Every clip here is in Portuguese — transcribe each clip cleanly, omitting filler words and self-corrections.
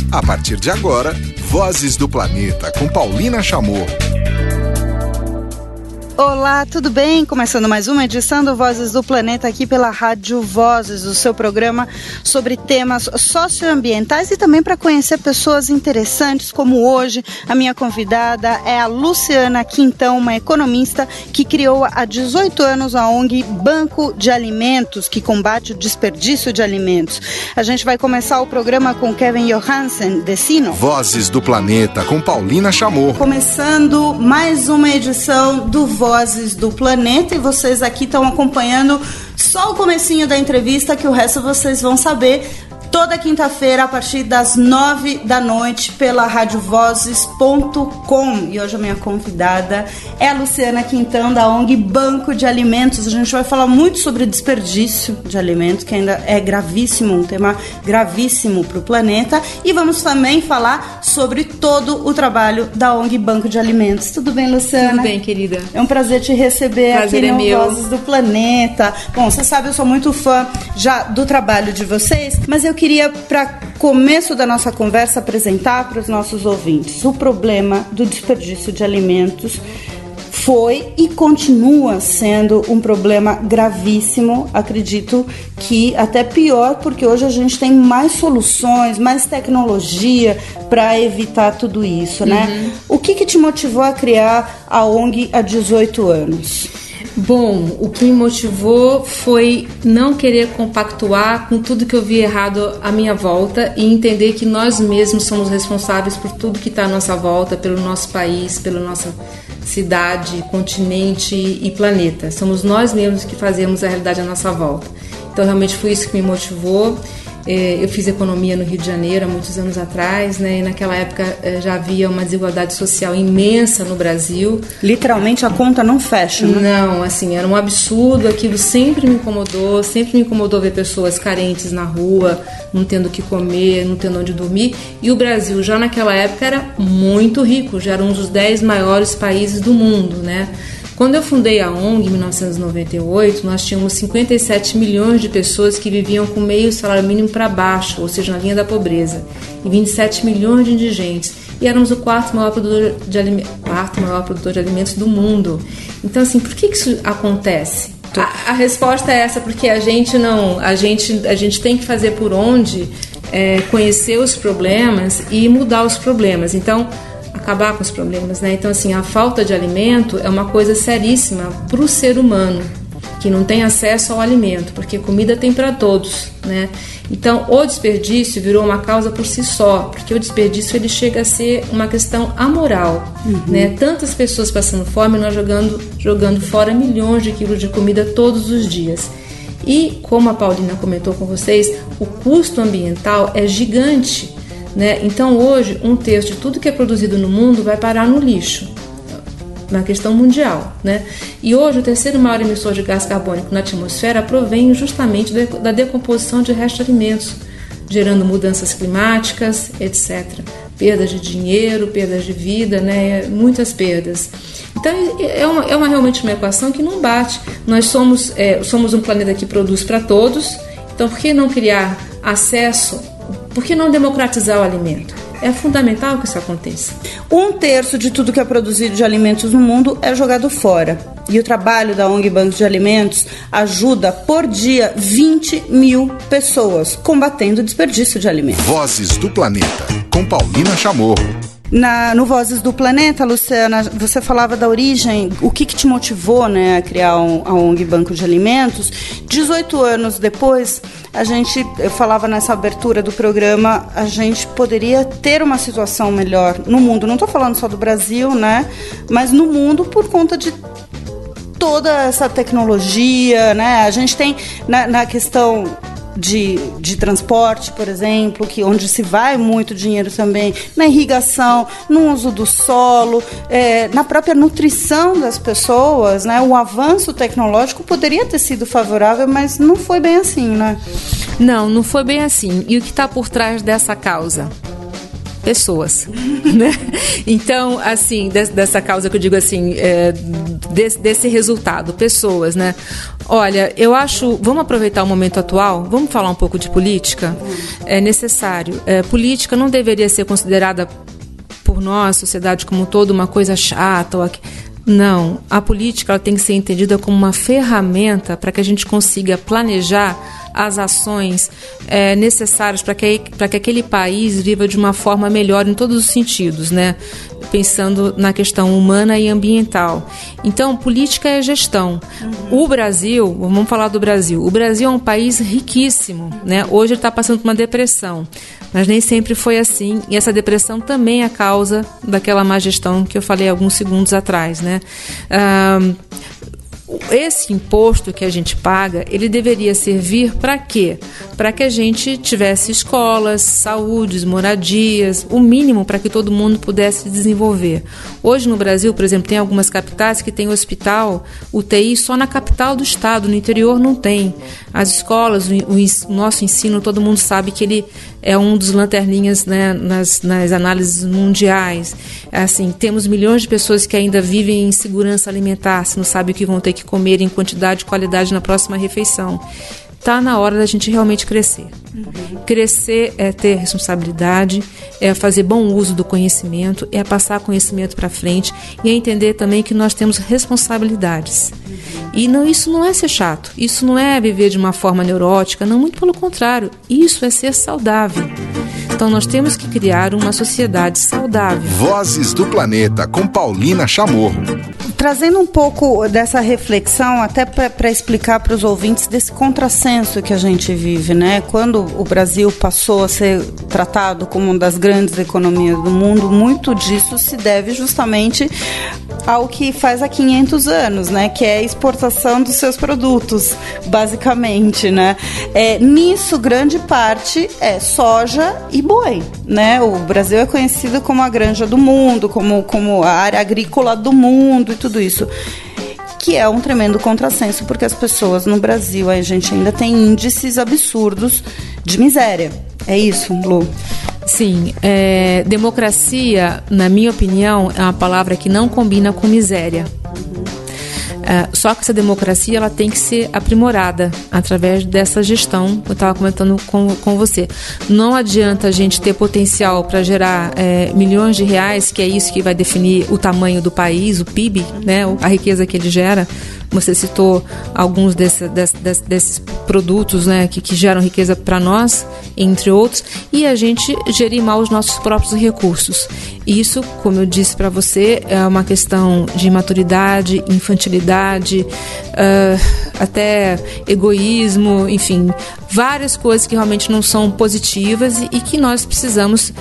A partir de agora, Vozes do Planeta, com Paulina Chamorro. Olá, tudo bem? Começando mais uma edição do Vozes do Planeta aqui pela Rádio Vozes, o seu programa sobre temas socioambientais e também para conhecer pessoas interessantes, como hoje a minha convidada é a Luciana Quintão, uma economista que criou há 18 anos a ONG Banco de Alimentos, que combate o desperdício de alimentos. A gente vai começar o programa com Kevin Johansen, de Sino. Vozes do Planeta, com Paulina Chamorro. Começando mais uma edição do Vozes do Planeta, e vocês aqui estão acompanhando só o comecinho da entrevista, que o resto vocês vão saber toda quinta-feira a partir das 9 da noite pela radiovozes.com. E hoje a minha convidada é a Luciana Quintão, da ONG Banco de Alimentos. A gente vai falar muito sobre desperdício de alimentos, que ainda é gravíssimo, um tema gravíssimo para o planeta, e vamos também falar sobre todo o trabalho da ONG Banco de Alimentos. Tudo bem, Luciana? Tudo bem, querida. É um prazer te receber prazer aqui no meu. Vozes do Planeta. Bom, você sabe, eu sou muito fã já do trabalho de vocês, mas eu queria, para começo da nossa conversa, apresentar para os nossos ouvintes o problema do desperdício de alimentos. Foi e continua sendo um problema gravíssimo, acredito que até pior, porque hoje a gente tem mais soluções, mais tecnologia para evitar tudo isso, né? O que te motivou a criar a ONG há 18 anos? Bom, o que me motivou foi não querer compactuar com tudo que eu vi errado à minha volta e entender que nós mesmos somos responsáveis por tudo que está à nossa volta, pelo nosso país, pela nossa cidade, continente e planeta. Somos nós mesmos que fazemos a realidade à nossa volta. Então, realmente foi isso que me motivou. Eu fiz economia no Rio de Janeiro há muitos anos atrás, né? E naquela época já havia uma desigualdade social imensa no Brasil. Literalmente a conta não fecha, né? Não, assim, era um absurdo, aquilo sempre me incomodou ver pessoas carentes na rua, não tendo o que comer, não tendo onde dormir. E o Brasil já naquela época era muito rico, já era um dos 10 maiores países do mundo, né? Quando eu fundei a ONG em 1998, nós tínhamos 57 milhões de pessoas que viviam com meio salário mínimo para baixo, ou seja, na linha da pobreza, e 27 milhões de indigentes. E éramos o quarto maior produtor de alimentos do mundo. Então, assim, por que isso acontece? A resposta é essa, porque a gente tem que fazer por onde conhecer os problemas e mudar os problemas. Então, acabar com os problemas, né? Então, assim, a falta de alimento é uma coisa seríssima para o ser humano que não tem acesso ao alimento, porque comida tem para todos, né? Então, o desperdício virou uma causa por si só, porque o desperdício ele chega a ser uma questão amoral, né? Tantas pessoas passando fome, nós jogando fora milhões de quilos de comida todos os dias. E, como a Paulina comentou com vocês, o custo ambiental é gigante, né? Então hoje 1/3 de tudo que é produzido no mundo vai parar no lixo, na questão mundial, né? E hoje o terceiro maior emissor de gás carbônico na atmosfera provém justamente da decomposição de restos de alimentos, gerando mudanças climáticas, etc. Perdas de dinheiro, perdas de vida, né? Muitas perdas. Então é realmente uma equação que não bate. Nós somos um planeta que produz para todos, então por que não criar acesso? Por que não democratizar o alimento? É fundamental que isso aconteça. 1/3 de tudo que é produzido de alimentos no mundo é jogado fora. E o trabalho da ONG Banco de Alimentos ajuda por dia 20 mil pessoas combatendo o desperdício de alimentos. Vozes do Planeta, com Paulina Chamorro. No Vozes do Planeta, Luciana, você falava da origem, o que te motivou, né, a criar a ONG Banco de Alimentos. 18 anos depois, eu falava nessa abertura do programa, a gente poderia ter uma situação melhor no mundo. Não estou falando só do Brasil, né, mas no mundo por conta de toda essa tecnologia, né? A gente tem na questão de transporte, por exemplo, onde se vai muito dinheiro também, na irrigação, no uso do solo, na própria nutrição das pessoas, né? O avanço tecnológico poderia ter sido favorável, mas não foi bem assim, né? Não foi bem assim. E o que está por trás dessa causa? pessoas, né? Então, assim, dessa causa que eu digo assim, desse resultado, pessoas, né? Olha, eu acho, vamos aproveitar o momento atual, vamos falar um pouco de política? É necessário. Política não deveria ser considerada por nós, sociedade como um todo, uma coisa chata. Não, a política ela tem que ser entendida como uma ferramenta para que a gente consiga planejar as ações necessárias para que aquele país viva de uma forma melhor em todos os sentidos, né? Pensando na questão humana e ambiental. Então, política é gestão. O Brasil, vamos falar do Brasil. O Brasil é um país riquíssimo, né? Hoje ele está passando por uma depressão, mas nem sempre foi assim. E essa depressão também é a causa daquela má gestão que eu falei alguns segundos atrás, né? Esse imposto que a gente paga, ele deveria servir para quê? Para que a gente tivesse escolas, saúdes, moradias, o mínimo para que todo mundo pudesse se desenvolver. Hoje no Brasil, por exemplo, tem algumas capitais que tem hospital, UTI só na capital do estado, no interior não tem. As escolas, o nosso ensino, todo mundo sabe que ele é um dos lanterninhas, né, nas análises mundiais. Assim, temos milhões de pessoas que ainda vivem em insegurança alimentar, se não sabem o que vão ter que comer em quantidade e qualidade na próxima refeição. Está na hora da gente realmente crescer. Crescer é ter responsabilidade, é fazer bom uso do conhecimento, é passar conhecimento para frente e é entender também que nós temos responsabilidades. E isso não é ser chato, isso não é viver de uma forma neurótica, não, muito pelo contrário, isso é ser saudável. Então nós temos que criar uma sociedade saudável. Vozes do Planeta, com Paulina Chamorro. Trazendo um pouco dessa reflexão, até para explicar para os ouvintes desse contrassenso que a gente vive, né? Quando o Brasil passou a ser tratado como uma das grandes economias do mundo, muito disso se deve justamente ao que faz há 500 anos, né? Que é a exportação dos seus produtos, basicamente, né? Nisso, grande parte é soja e boi, né? O Brasil é conhecido como a granja do mundo, como a área agrícola do mundo e tudo isso, que é um tremendo contrassenso, porque as pessoas no Brasil, a gente ainda tem índices absurdos de miséria. É isso, Lu? Sim, democracia, na minha opinião, é uma palavra que não combina com miséria. Só que essa democracia ela tem que ser aprimorada através dessa gestão que eu estava comentando com você. Não adianta a gente ter potencial para gerar milhões de reais, que é isso que vai definir o tamanho do país, o PIB, né, a riqueza que ele gera. Você citou alguns desses produtos, né, que geram riqueza para nós, entre outros, e a gente gerir mal os nossos próprios recursos. Isso, como eu disse para você, é uma questão de imaturidade, infantilidade, até egoísmo, enfim, várias coisas que realmente não são positivas e que nós precisamos,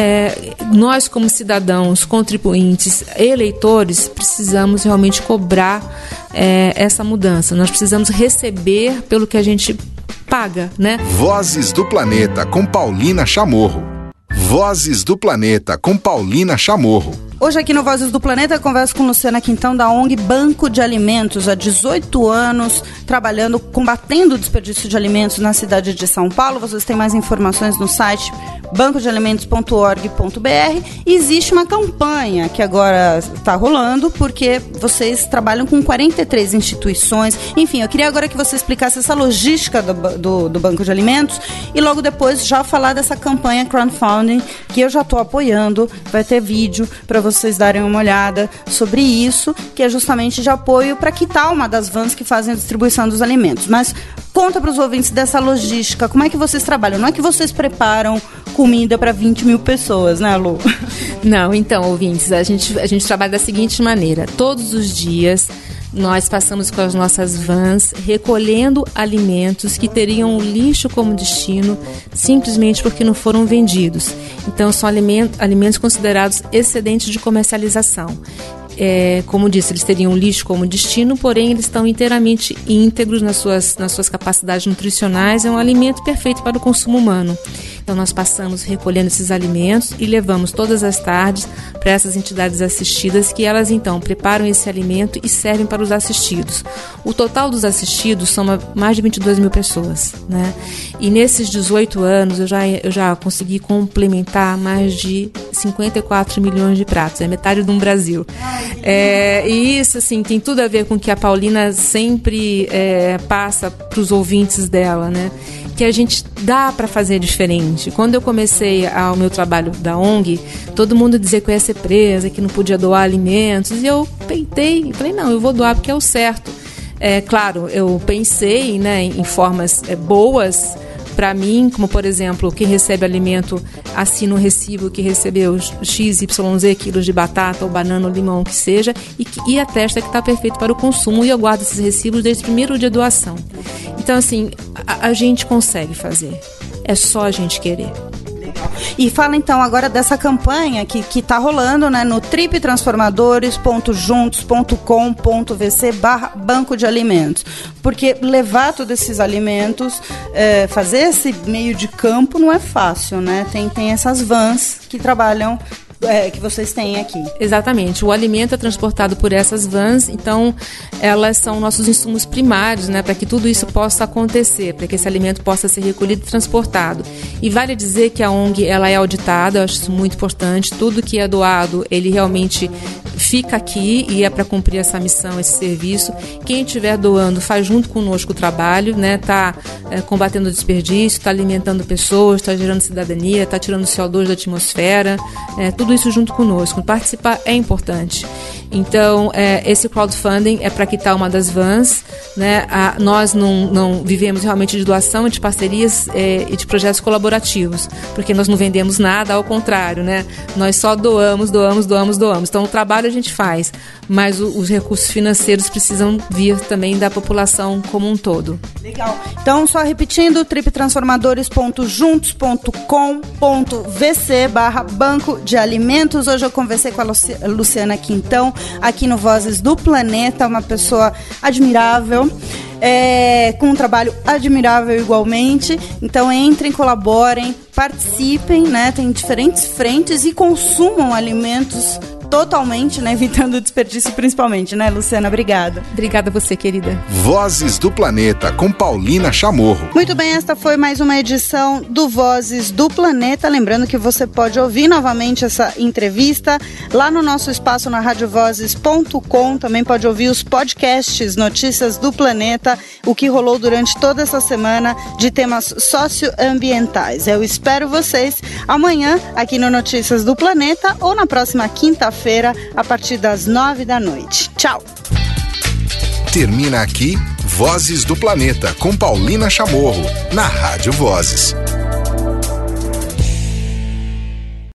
nós como cidadãos, contribuintes, eleitores, precisamos realmente cobrar essa mudança. Nós precisamos receber pelo que a gente paga, né? Vozes do Planeta, com Paulina Chamorro. Vozes do Planeta, com Paulina Chamorro. Hoje aqui no Vozes do Planeta eu converso com Luciana Quintão da ONG Banco de Alimentos, há 18 anos trabalhando, combatendo o desperdício de alimentos na cidade de São Paulo. Vocês têm mais informações no site bancodealimentos.org.br. Existe uma campanha que agora está rolando porque vocês trabalham com 43 instituições. Enfim, eu queria agora que você explicasse essa logística do Banco de Alimentos e logo depois já falar dessa campanha crowdfunding que eu já estou apoiando. Vai ter vídeo para vocês darem uma olhada sobre isso, que é justamente de apoio para quitar uma das vans que fazem a distribuição dos alimentos. Mas conta para os ouvintes dessa logística, como é que vocês trabalham? Não é que vocês preparam comida para 20 mil pessoas, né, Lu? Não, então, ouvintes, a gente trabalha da seguinte maneira: todos os dias nós passamos com as nossas vans recolhendo alimentos que teriam o lixo como destino simplesmente porque não foram vendidos. Então são alimentos considerados excedentes de comercialização. Como disse, eles teriam lixo como destino, porém eles estão inteiramente íntegros nas suas capacidades nutricionais. É um alimento perfeito para o consumo humano. Então nós passamos recolhendo esses alimentos e levamos todas as tardes para essas entidades assistidas, que elas então preparam esse alimento e servem para os assistidos. O total dos assistidos são mais de 22 mil pessoas, né? E nesses 18 anos eu já consegui complementar mais de 54 milhões de pratos, é metade do Brasil. E isso assim, tem tudo a ver com o que a Paulina sempre passa para os ouvintes dela, né? Que a gente dá para fazer diferente. Quando eu comecei o meu trabalho da ONG, todo mundo dizia que eu ia ser presa, que não podia doar alimentos, e eu peitei e falei, não, eu vou doar porque é o certo. Claro, eu pensei, né, em formas boas para mim, como por exemplo, quem recebe alimento assina um recibo que recebeu XYZ quilos de batata ou banana ou limão, que seja, e atesta que está perfeito para o consumo, e eu guardo esses recibos desde o primeiro dia de doação. Então, assim, a gente consegue fazer. É só a gente querer. E fala então agora dessa campanha que está rolando, né, no triptransformadores.juntos.com.vc/banco de alimentos. Porque levar todos esses alimentos, fazer esse meio de campo não é fácil, né? Tem essas vans que trabalham, que vocês têm aqui. Exatamente. O alimento é transportado por essas vans, então elas são nossos insumos primários, né, para que tudo isso possa acontecer, para que esse alimento possa ser recolhido e transportado. E vale dizer que a ONG ela é auditada, eu acho isso muito importante. Tudo que é doado, ele realmente fica aqui e é para cumprir essa missão, esse serviço. Quem estiver doando faz junto conosco o trabalho, né? Está combatendo o desperdício, está alimentando pessoas, está gerando cidadania, está tirando o CO2 da atmosfera, tudo isso junto conosco. Participar é importante. Então, esse crowdfunding é para quitar uma das vans, né? Nós não vivemos realmente de doação, de parcerias e de projetos colaborativos, porque nós não vendemos nada, ao contrário, né? Nós só doamos. Então, o trabalho a gente faz, mas os recursos financeiros precisam vir também da população como um todo. Legal. Então, só repetindo, triptransformadores.juntos.com.vc/banco de alimentos. Hoje eu conversei com a Luciana Quintão, aqui no Vozes do Planeta, uma pessoa admirável, com um trabalho admirável igualmente. Então entrem, colaborem, participem, né? Tem diferentes frentes e consumam alimentos totalmente, né? Evitando o desperdício principalmente, né, Luciana? Obrigada. Obrigada a você, querida. Vozes do Planeta, com Paulina Chamorro. Muito bem, esta foi mais uma edição do Vozes do Planeta. Lembrando que você pode ouvir novamente essa entrevista lá no nosso espaço na radiovozes.com. Também pode ouvir os podcasts Notícias do Planeta, o que rolou durante toda essa semana de temas socioambientais. Eu espero vocês amanhã aqui no Notícias do Planeta ou na próxima quinta-feira, a partir das 9 da noite. Tchau! Termina aqui Vozes do Planeta, com Paulina Chamorro, na Rádio Vozes.